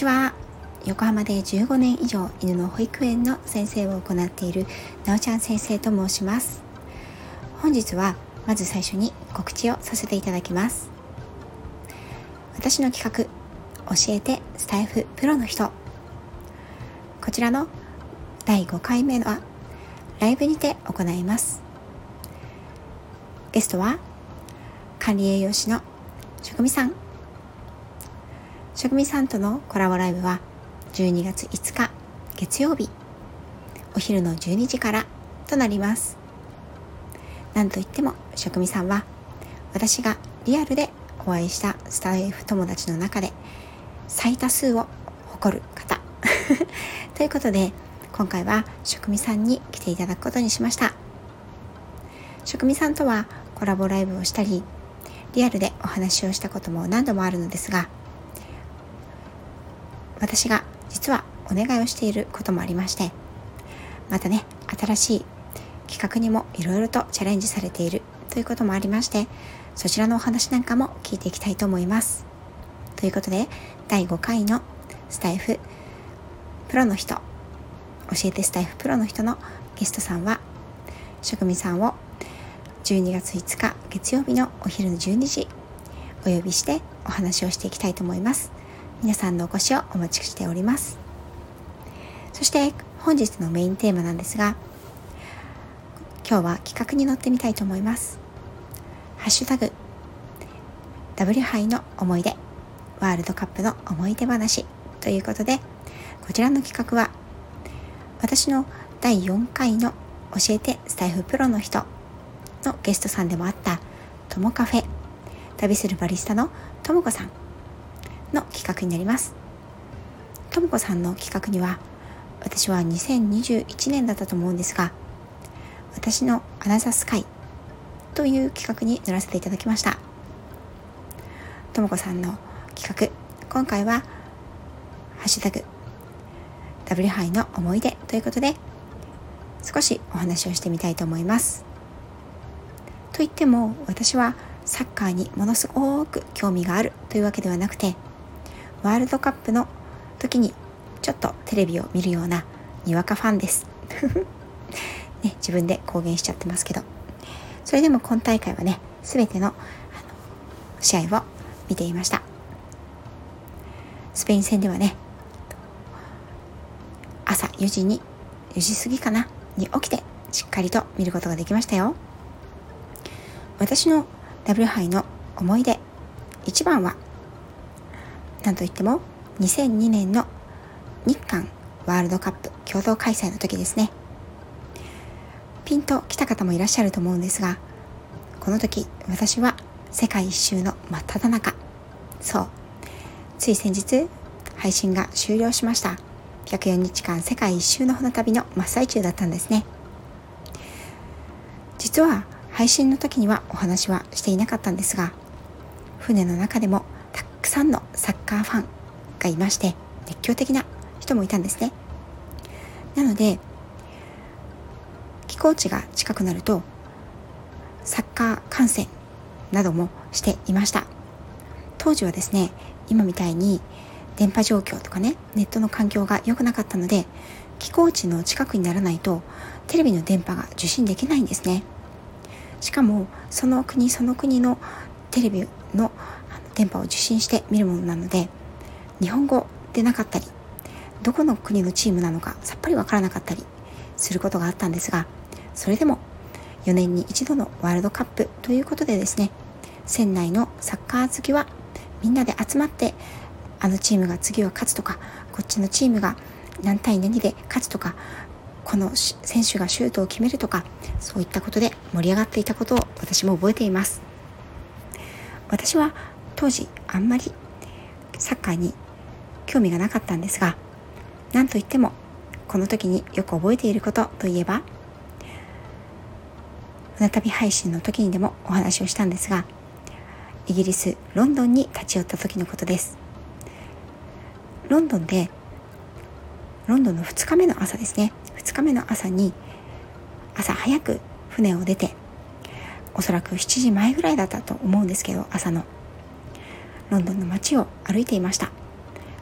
ちは。横浜で15年以上犬の保育園の先生を行っているなおちゃん先生と申します。本日はまず最初に告知をさせていただきます。私の企画、教えてスタイフプロの人、こちらの第5回目はライブにて行います。ゲストは管理栄養士の職味さん。職味さんとのコラボライブは12月5日月曜日お昼の12時からとなります。なんといっても職味さんは私がリアルでお会いしたスタイフ友達の中で最多数を誇る方ということで、今回は職味さんに来ていただくことにしました。職味さんとはコラボライブをしたりリアルでお話をしたことも何度もあるのですが、私が実はお願いをしていることもありまして、またね、新しい企画にもいろいろとチャレンジされているということもありまして、そちらのお話なんかも聞いていきたいと思います。ということで、第5回のスタイフプロの人、教えてスタイフプロの人のゲストさんは職味さんを12月5日月曜日のお昼の12時お呼びしてお話をしていきたいと思います。皆さんのお越しをお待ちしております。そして本日のメインテーマなんですが、今日は企画に乗ってみたいと思います。ハッシュタグ W 杯の思い出、ワールドカップの思い出話ということで、こちらの企画は私の第4回の教えてスタイフプロの人のゲストさんでもあったともカフェ旅するバリスタのともこさんの企画になります。ともこさんの企画には私は2021年だったと思うんですが、私のアナザースカイという企画に乗らせていただきました。ともこさんの企画、今回はハッシュタグ W 杯の思い出ということで少しお話をしてみたいと思います。といっても私はサッカーにものすごく興味があるというわけではなくて、ワールドカップの時にちょっとテレビを見るようなにわかファンですね、自分で公言しちゃってますけど、それでも今大会はね、全ての試合を見ていました。スペイン戦ではね、朝4時過ぎかなに起きてしっかりと見ることができましたよ。私の W 杯の思い出一番はなんといっても2002年の日韓ワールドカップ共同開催の時ですね。ピンと来た方もいらっしゃると思うんですが、この時私は世界一周の真っ只中、そうつい先日配信が終了しました104日間世界一周の船旅の真っ最中だったんですね。実は配信の時にはお話はしていなかったんですが、船の中でもたくさんのサッカーファンがいまして、熱狂的な人もいたんですね。なので寄港地が近くなるとサッカー観戦などもしていました。当時はですね、今みたいに電波状況とかね、ネットの環境が良くなかったので、寄港地の近くにならないとテレビの電波が受信できないんですね。しかもその国その国のテレビの電波を受信して見るものなので、日本語でなかったり、どこの国のチームなのかさっぱりわからなかったりすることがあったんですが、それでも4年に一度のワールドカップということでですね、船内のサッカー好きはみんなで集まって、あのチームが次は勝つとか、こっちのチームが何対何で勝つとか、この選手がシュートを決めるとか、そういったことで盛り上がっていたことを私も覚えています。私は当時あんまりサッカーに興味がなかったんですが、なんといってもこの時によく覚えていることといえば、船旅配信の時にでもお話をしたんですが、イギリスロンドンに立ち寄った時のことです。ロンドンの2日目の朝ですね、2日目の朝に朝早く船を出て、おそらく7時前ぐらいだったと思うんですけど、朝のロンドンの街を歩いていました。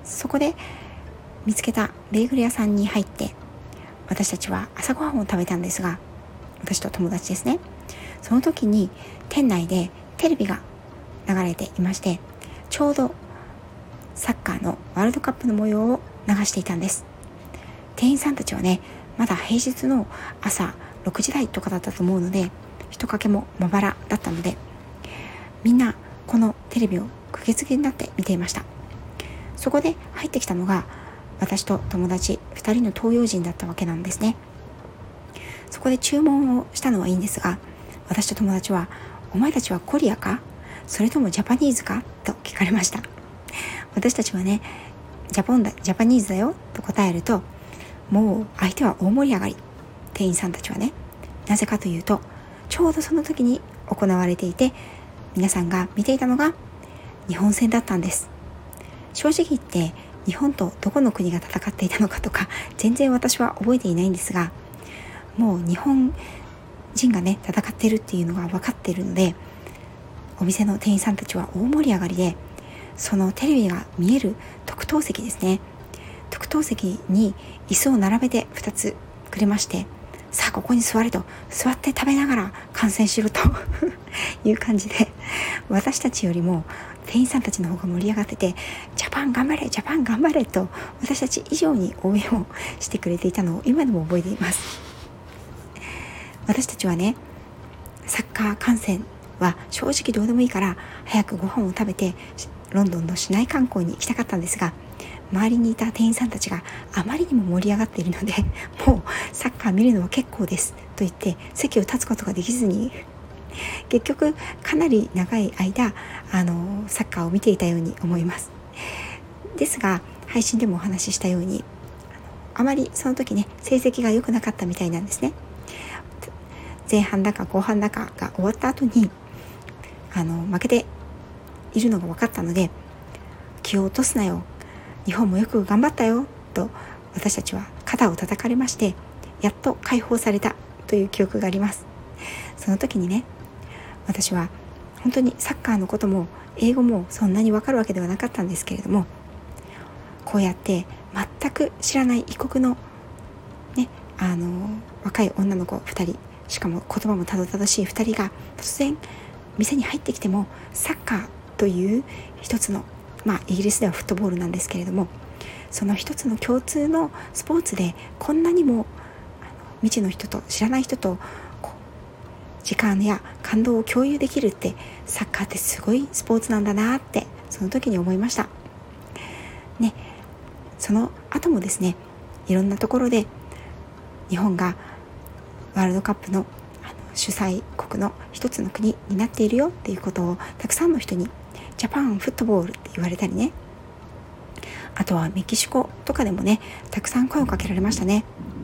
そこで見つけたベーグル屋さんに入って、私たちは朝ごはんを食べたんですが、私と友達ですね。その時に店内でテレビが流れていまして、ちょうどサッカーのワールドカップの模様を流していたんです。店員さんたちはね、まだ平日の朝6時台とかだったと思うので、人影もまばらだったので、みんなこのテレビをくぎづけになって見ていました。そこで入ってきたのが私と友達2人の東洋人だったわけなんですね。そこで注文をしたのはいいんですが、私と友達は、お前たちはコリアか、それともジャパニーズかと聞かれました。私たちはね、ジャパニーズだよと答えると、もう相手は大盛り上がり。店員さんたちはね、なぜかというと、ちょうどその時に行われていて、皆さんが見ていたのが日本戦だったんです。正直言って日本とどこの国が戦っていたのかとか全然私は覚えていないんですが、もう日本人がね戦っているっていうのが分かっているので、お店の店員さんたちは大盛り上がりで、そのテレビが見える特等席ですね、特等席に椅子を並べて2つくれまして、さあここに座れと、座って食べながら観戦しろという感じで、私たちよりも店員さんたちの方が盛り上がってて、ジャパン頑張れジャパン頑張れと私たち以上に応援をしてくれていたのを今でも覚えています。私たちはね、サッカー観戦は正直どうでもいいから早くご飯を食べてロンドンの市内観光に行きたかったんですが、周りにいた店員さんたちがあまりにも盛り上がっているので、もうサッカー見るのは結構ですと言って席を立つことができずに、結局かなり長い間サッカーを見ていたように思います。ですが配信でもお話ししたように、あまりその時ね成績が良くなかったみたいなんですね。前半だか後半だかが終わった後に負けているのが分かったので、気を落とすなよ、日本もよく頑張ったよと私たちは肩を叩かれまして、やっと解放されたという記憶があります。その時にね、私は本当にサッカーのことも英語もそんなに分かるわけではなかったんですけれども、こうやって全く知らない異国のね、若い女の子2人、しかも言葉もたどたどしい2人が突然店に入ってきても、サッカーという一つの、イギリスではフットボールなんですけれども、その一つの共通のスポーツでこんなにも未知の人と知らない人と時間や感動を共有できるって、サッカーってすごいスポーツなんだなってその時に思いましたね。その後もですね、いろんなところで日本がワールドカップの主催国の一つの国になっているよっていうことをたくさんの人にジャパンフットボールって言われたりね、あとはメキシコとかでもねたくさん声をかけられましたね。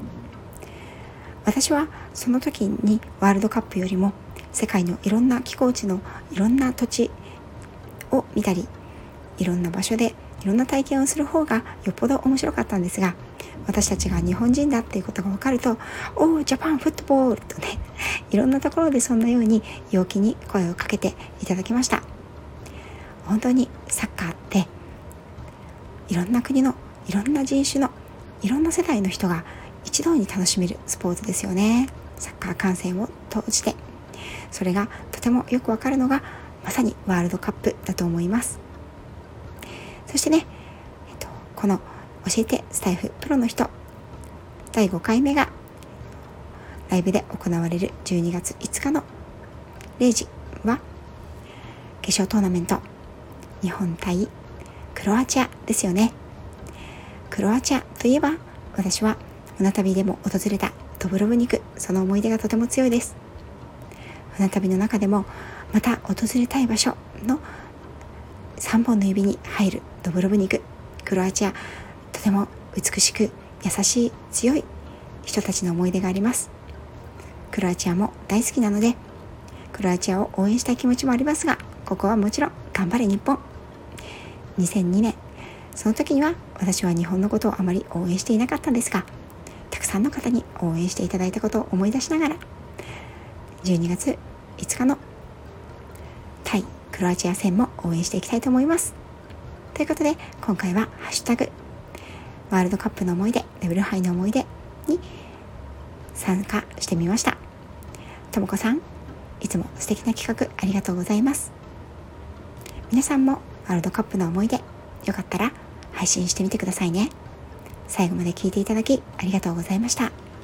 私はその時にワールドカップよりも世界のいろんな気候地のいろんな土地を見たり、いろんな場所でいろんな体験をする方がよっぽど面白かったんですが、私たちが日本人だっていうことが分かると、おージャパンフットボールとね、いろんなところでそんなように陽気に声をかけていただきました。本当にサッカーっていろんな国のいろんな人種のいろんな世代の人が一堂に楽しめるスポーツですよね。サッカー観戦を通じてそれがとてもよくわかるのがまさにワールドカップだと思います。そしてね、この教えてスタイフプロの人第5回目がライブで行われる12月5日の0時は決勝トーナメント日本対クロアチアですよね。クロアチアといえば私は船旅でも訪れたドブロブニク、その思い出がとても強いです。船旅の中でもまた訪れたい場所の3本の指に入るドブロブニク、クロアチア、とても美しく優しい強い人たちの思い出があります。クロアチアも大好きなのでクロアチアを応援したい気持ちもありますが、ここはもちろん頑張れ日本。2002年その時には私は日本のことをあまり応援していなかったんですが、たくさんの方に応援していただいたことを思い出しながら12月5日の対クロアチア戦も応援していきたいと思います。 ということで今回はハッシュタグワールドカップの思い出、レベルハイの思い出に参加してみました。ともこさん、いつも素敵な企画ありがとうございます。皆さんもワールドカップの思い出よかったら配信してみてくださいね。最後まで聞いていただきありがとうございました。